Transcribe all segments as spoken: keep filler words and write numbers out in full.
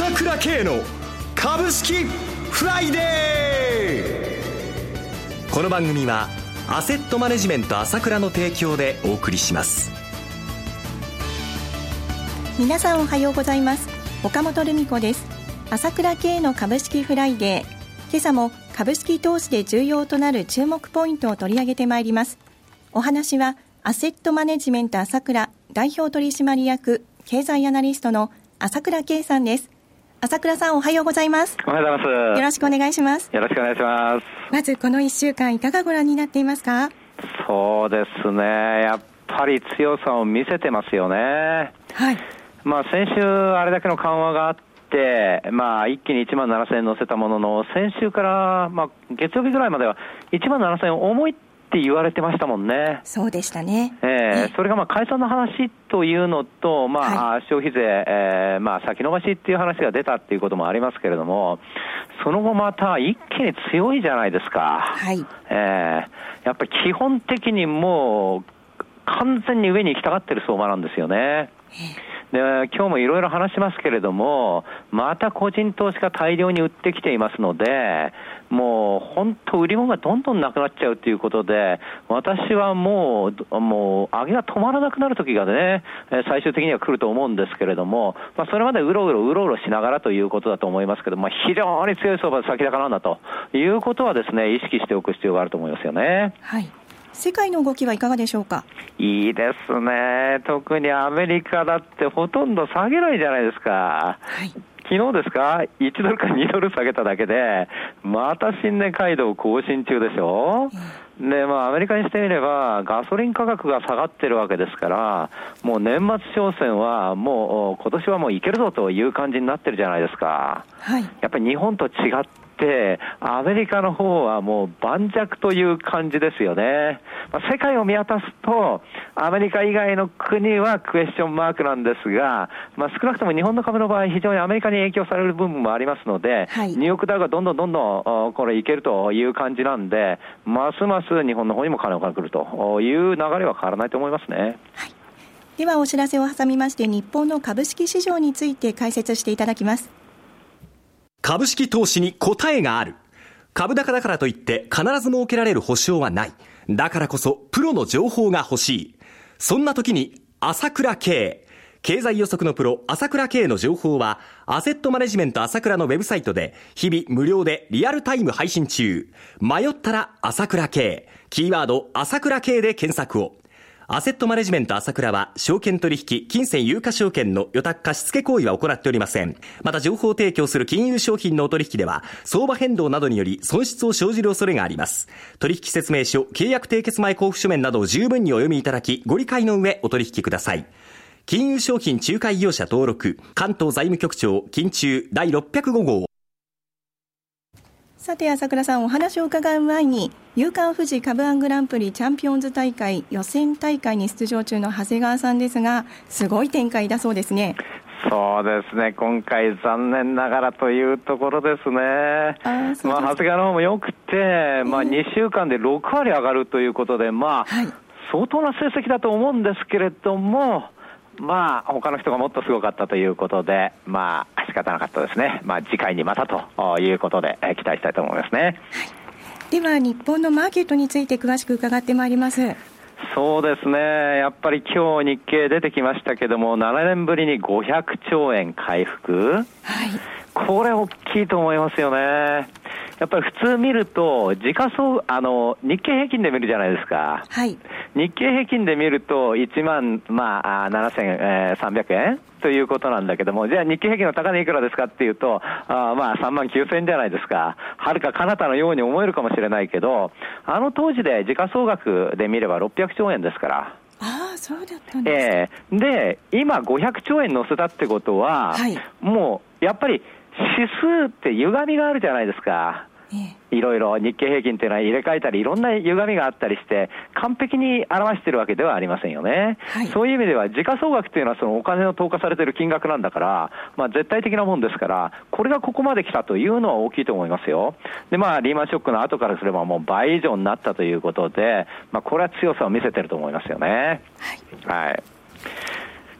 朝倉慶の株式フライデー。この番組はアセットマネジメント朝倉の提供でお送りします。 皆さんおはようございます。岡本留美子です。朝倉慶の株式フライデー、今朝も株式投資で重要となる注目ポイントを取り上げてまいります。お話はアセットマネジメント朝倉代表取締役経済アナリストの朝倉慶さんです。朝倉さん、おはようございます。 おはようございます。 よろしくお願いします。 よろしくお願いします。 まずこのいっしゅうかんいかがご覧になっていますか？ そうですね、やっぱり強さを見せてますよね。 はい。 まあ先週あれだけの緩和があって、まあ一気にいちまんななせんえん乗せたものの、先週からまあ月曜日ぐらいまではいちまんななせんえん重いって言われてましたもんね。 そうでしたね。 えー、それがまあ解散の話というのと、まあ、はい、消費税、えー、まあ先延ばしっていう話が出たっていうこともありますけれども、その後また一気に強いじゃないですか。 はい。 えー、やっぱり基本的にもう完全に上に行きたがってる相場なんですよね。で、今日もいろいろ話しますけれども、また個人投資家大量に売ってきていますので、もう本当売り物がどんどんなくなっちゃうということで、私はもう、もう上げが止まらなくなる時がね、最終的には来ると思うんですけれども、まあそれまでうろうろうろうろしながらということだと思いますけど、まあ非常に強い相場で先高なんだということはですね、意識しておく必要があると思いますよね。 はい。世界の動きはいかがでしょうか？ いいですね。特にアメリカだってほとんど下げないじゃないですか。 はい。 昨日ですか、いちドルかにドル下げただけで、また新年街道更新中でしょ。で、まあアメリカにしてみればガソリン価格が下がってるわけですから、もう年末商戦はもう今年はもういけるぞという感じになってるじゃないですか。 はい。 やっぱり日本と違ってアメリカの方はもう盤石という感じですよね。まあ、世界を見渡すとアメリカ以外の国はクエスチョンマークなんですが、まあ、少なくとも日本の株の場合非常にアメリカに影響される部分もありますので、はい、ニューヨークダウがどんどんどんどんこれいけるという感じなんで、ますます日本の方にも金が来るという流れは変わらないと思いますね。 はい。ではお知らせを挟みまして、日本の株式市場について解説していただきます。 株式投資に答えがある。株高だからといって必ず設けられる保証はない。だからこそプロの情報が欲しい。そんな時に朝倉慶、経済予測のプロ朝倉慶の情報はアセットマネジメント朝倉のウェブサイトで日々無料でリアルタイム配信中。迷ったら朝倉慶、キーワード朝倉慶で検索を。アセットマネジメント朝倉は証券取引、金銭有価証券の予託貸付行為は行っておりません。また情報提供する金融商品のお取引では相場変動などにより損失を生じる恐れがあります。取引説明書、契約締結前交付書面などを十分にお読みいただき、ご理解の上お取引ください。金融商品仲介業者登録、関東財務局長金中第ろっぴゃくご号。 さて朝倉さん、お話を伺う前に夕刊富士株案グランプリチャンピオンズ大会予選大会に出場中の長谷川さんですが、すごい展開だそうですね。 そうですね、今回残念ながらというところですね。あすまあ、長谷川の方もよくて、まあ、にしゅうかんでろくわり上がるということで、まあはい、相当な成績だと思うんですけれども、まあ他の人がもっとすごかったということで、まあ仕方なかったですね。まあ次回にまたということで期待したいと思いますね。はい、 では日本のマーケットについて詳しく伺ってまいります。 そうですね、やっぱり今日日経出てきましたけども、ななねんぶりにごひゃくちょうえん回復、はい、これ大きいと思いますよね。やっぱり普通見ると時価総あの日経平均で見るじゃないですか。はい、日経平均で見るといちまん、まあ、ななせんさんびゃくえんということなんだけども、じゃあ日経平均の高値いくらですかっていうと、あまあさんまんきゅうせんえんじゃないですか。はるか彼方のように思えるかもしれないけど、あの当時で時価総額で見ればろっぴゃくちょうえんですから。 ああ、そうだったんですか。 えー、で今ごひゃくちょうえん乗せたってことは、はい、もうやっぱり指数って歪みがあるじゃないですか。いろいろ日経平均っていうのは入れ替えたりいろんな歪みがあったりして完璧に表しているわけではありませんよね。はい、そういう意味では時価総額っていうのはそのお金の投下されている金額なんだから、まあ、絶対的なもんですから、これがここまで来たというのは大きいと思いますよ。で、まあ、リーマンショックの後からすればもう倍以上になったということで、まあ、これは強さを見せていると思いますよね。はい、はい。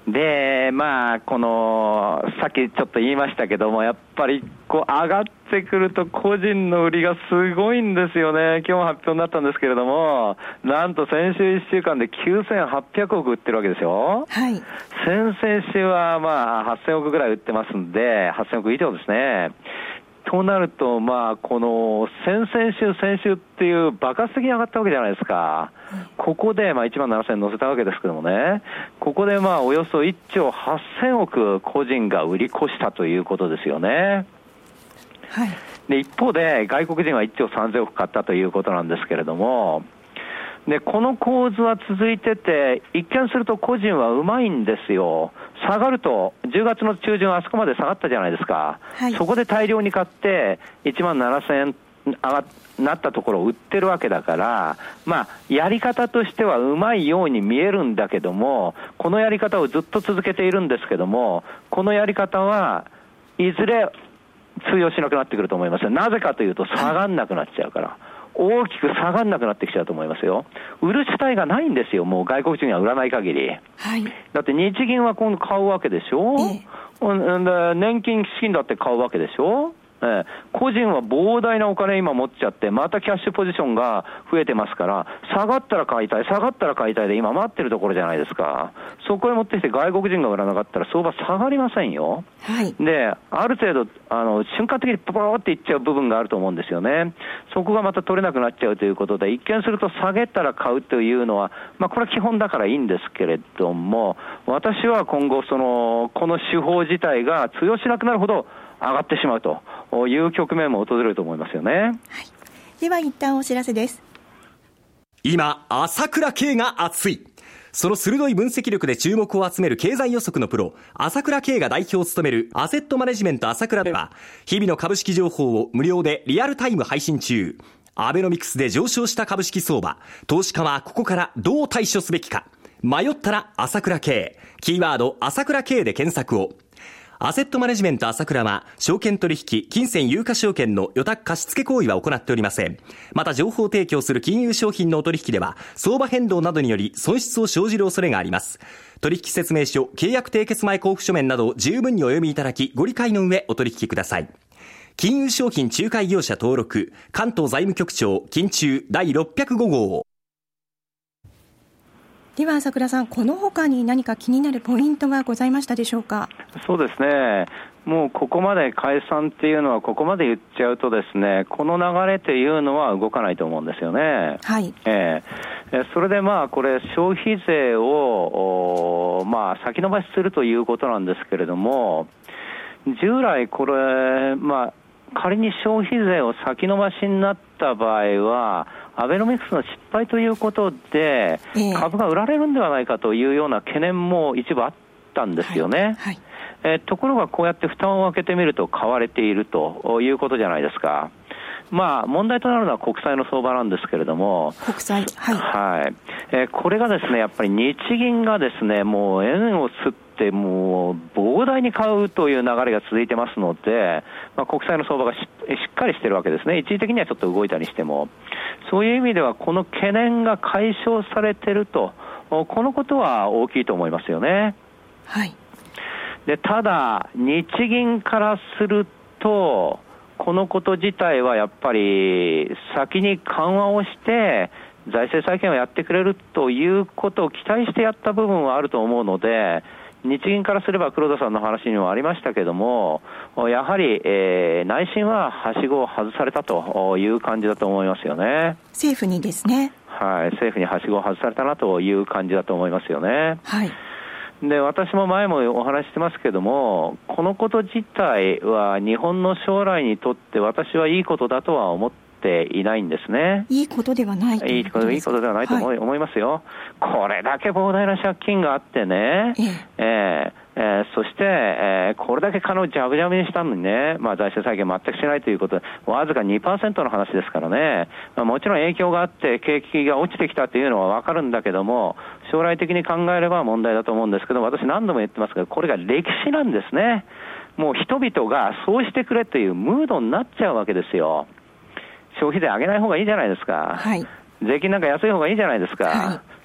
で、まあ、この、さっきちょっと言いましたけども、やっぱり、こう、上がってくると個人の売りがすごいんですよね。今日発表になったんですけれども、なんと先週いっしゅうかんできゅうせんはっぴゃくおく売ってるわけですよ。 はい。 先々週は、まあ、はっせんおくぐらい売ってますんで、はっせんおく以上ですね。となると、まあ、この先々週、先週っていう爆発的に上がったわけじゃないですか。ここで、まあ、いちまんななせん乗せたわけですけどもね、ここで、まあ、およそいっちょうはっせんおく個人が売り越したということですよね。 はい。 で、一方で、外国人はいっちょうさんぜんおく買ったということなんですけれども、で、この構図は続いてて、一見すると個人はうまいんですよ。下がると、じゅうがつの中旬あそこまで下がったじゃないですか。はい、そこで大量に買って、いちまんななせんえん上がなったところを売ってるわけだから、まあ、やり方としてはうまいように見えるんだけども、このやり方をずっと続けているんですけども、このやり方はいずれ通用しなくなってくると思います。なぜかというと、下がんなくなっちゃうから。大きく下がんなくなってきちゃうと思いますよ。売る主体がないんですよ、もう外国人が売らない限り。はい。だって日銀は今度買うわけでしょ、ええ、年金基金だって買うわけでしょ、えー、個人は膨大なお金今持っちゃって、またキャッシュポジションが増えてますから、下がったら買いたい、下がったら買いたいで今待ってるところじゃないですか。そこへ持ってきて外国人が売らなかったら相場下がりませんよ。はい。で、ある程度、あの、瞬間的にポロっていっちゃう部分があると思うんですよね。そこがまた取れなくなっちゃうということで、一見すると下げたら買うというのは、まあこれは基本だからいいんですけれども、私は今後その、この手法自体が通用しなくなるほど上がってしまうという局面も訪れると思いますよね。はい、 では一旦お知らせです。 今、朝倉慶が熱い。その鋭い分析力で注目を集める経済予測のプロ、朝倉慶が代表を務めるアセットマネジメント朝倉では、日々の株式情報を無料でリアルタイム配信中。アベノミクスで上昇した株式相場、投資家はここからどう対処すべきか。迷ったら朝倉慶、キーワード朝倉慶で検索を。アセットマネジメント朝倉は、証券取引、金銭有価証券の予託貸付行為は行っておりません。また情報提供する金融商品のお取引では、相場変動などにより損失を生じる恐れがあります。取引説明書、契約締結前交付書面などを十分にお読みいただき、ご理解の上お取引ください。金融商品仲介業者登録、関東財務局長、金中第ろっぴゃくご号。 では朝倉さん、この他に何か気になるポイントがございましたでしょうか。 そうですね、もうここまで解散っていうのはここまで言っちゃうとですね、この流れっていうのは動かないと思うんですよね。はい。えー、それでまあこれ消費税をまあ先延ばしするということなんですけれども、従来これまあ仮に消費税を先延ばしになった場合はアベノミクスの失敗ということで、株が売られるんではないかというような懸念も一部あったんですよね。はいはい、えー、ところがこうやって蓋を開けてみると買われているということじゃないですか。まあ問題となるのは国債の相場なんですけれども、 国債、はい、 はい、えー、これがですね、やっぱり日銀がですね、もう円を吸ってもう膨大に買うという流れが続いてますので、まあ、国債の相場が し, しっかりしてるわけですね。一時的にはちょっと動いたにしても、そういう意味ではこの懸念が解消されていると、このことは大きいと思いますよね。はい。で、ただ日銀からするとこのこと自体はやっぱり先に緩和をして財政再建をやってくれるということを期待してやった部分はあると思うので、日銀からすれば黒田さんの話にもありましたけども、やはり、えー、内心ははしごを外されたという感じだと思いますよね。 政府にですね。はい、 政府にはしごを外されたなという感じだと思いますよね。はい。で、私も前もお話ししてますけども、このこと自体は日本の将来にとって私はいいことだとは思っていないんですね。 いいことではないということですか。 いいことではないと思い、はい、思いますよ。これだけ膨大な借金があってね、えええーえー、そして、えー、これだけ金をジャブジャブにしたのにね、まあ、財政再建全くしないということで、わずか にパーセント の話ですからね、まあ、もちろん影響があって景気が落ちてきたというのはわかるんだけども、将来的に考えれば問題だと思うんですけど、私何度も言ってますけど、これが歴史なんですね。もう人々がそうしてくれというムードになっちゃうわけですよ。消費税上げない方がいいじゃないですか。はい。税金なんか安い方がいいじゃないですか。はい、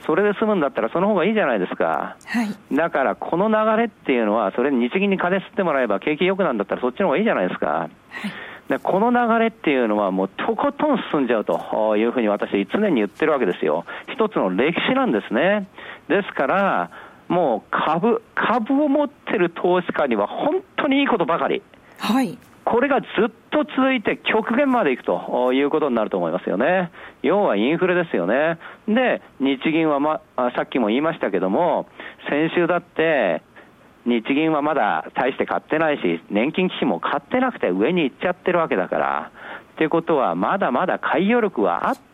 それで済むんだったらその方がいいじゃないですか、 はい、 だからこの流れっていうのは、それに日銀に金吸ってもらえば景気良くなんだったらそっちの方がいいじゃないですか、はい、でこの流れっていうのはもうとことん進んじゃうというふうに私常に言ってるわけですよ。一つの歴史なんですね。ですからもう株株を持ってる投資家には本当にいいことばかり、 はい、 これがずっと続いて極限までいくということになると思いますよね。要はインフレですよね。で日銀は、ま、さっきも言いましたけども、先週だって日銀はまだ大して買ってないし、年金基金も買ってなくて上に行っちゃってるわけだから、っていうことはまだまだ買い余力はあって、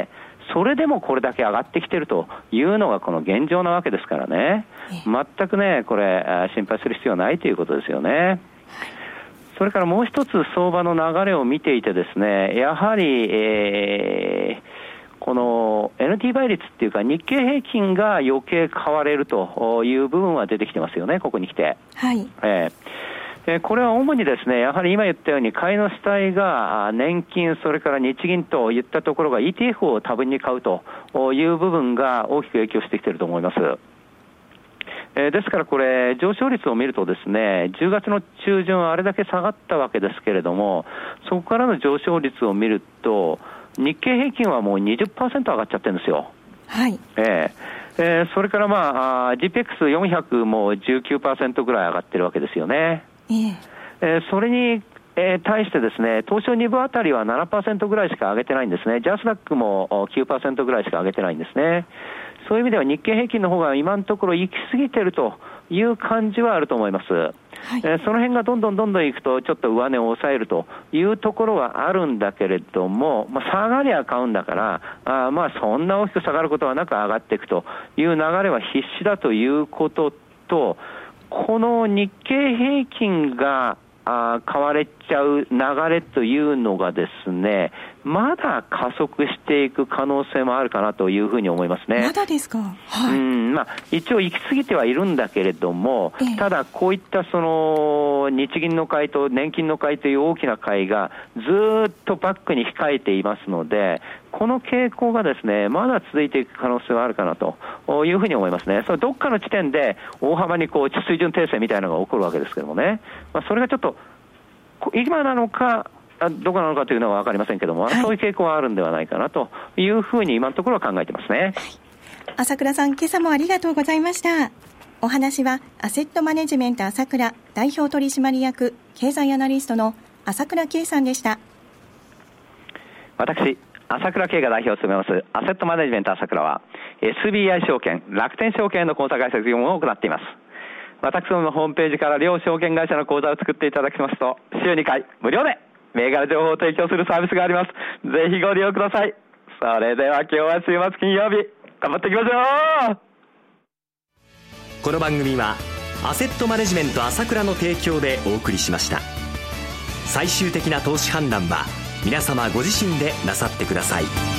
それでもこれだけ上がってきてるというのがこの現状なわけですからね、全くねこれ心配する必要はないということですよね。それからもう一つ相場の流れを見ていてですね、やはり、えー、この エヌティー 倍率っていうか日経平均が余計買われるという部分は出てきてますよね、ここに来て、 はい、 えーこれは主にですね、やはり今言ったように買いの主体が年金、それから日銀といったところが イーティーエフ を多分に買うという部分が大きく影響してきていると思います。えー、ですからこれ上昇率を見るとですね、じゅうがつの中旬はあれだけ下がったわけですけれども、そこからの上昇率を見ると日経平均はもう にじゅっパーセント 上がっちゃってるんですよ。 はい、 えーえー、それからまあ ジーピーエックスよんひゃく も じゅうきゅうパーセント ぐらい上がってるわけですよね。えー、それに、えー、対してですね、東証に部あたりは ななパーセント ぐらいしか上げてないんですね。ジャスダックも きゅうパーセント ぐらいしか上げてないんですね。そういう意味では日経平均の方が今のところ行き過ぎてるという感じはあると思います。はい、えー、その辺がどんどんどんどんいくとちょっと上値を抑えるというところはあるんだけれども、まあ、下がりゃ買うんだからあまあそんな大きく下がることはなく上がっていくという流れは必至だということと、この日経平均があ買われちゃう流れというのがですね、まだ加速していく可能性もあるかなというふうに思いますね。 まだですか。はい、うんまあ、一応行き過ぎてはいるんだけれども、ええ、ただこういったその日銀の買いと年金の買いという大きな買いがずっとバックに控えていますので、この傾向がですねまだ続いていく可能性はあるかなというふうに思いますね。それどっかの地点で大幅にこう水準訂正みたいなのが起こるわけですけどもね、まあ、それがちょっと今なのかどこなのかというのは分かりませんけども、はい、そういう傾向はあるんではないかなというふうに今のところは考えてますね。はい、 朝倉さん、今朝もありがとうございました。お話はアセットマネジメント朝倉代表取締役経済アナリストの朝倉圭さんでした。 私朝倉圭が代表を務めますアセットマネジメント朝倉は エスビーアイ 証券、楽天証券の口座開設業務を行っています。私どものホームページから両証券会社の口座を作っていただきますと、週にかい無料で銘柄情報を提供するサービスがあります。ぜひご利用ください。それでは今日は週末金曜日、頑張っていきましょう。 この番組はアセットマネジメント朝倉の提供でお送りしました。最終的な投資判断は皆様ご自身でなさってください。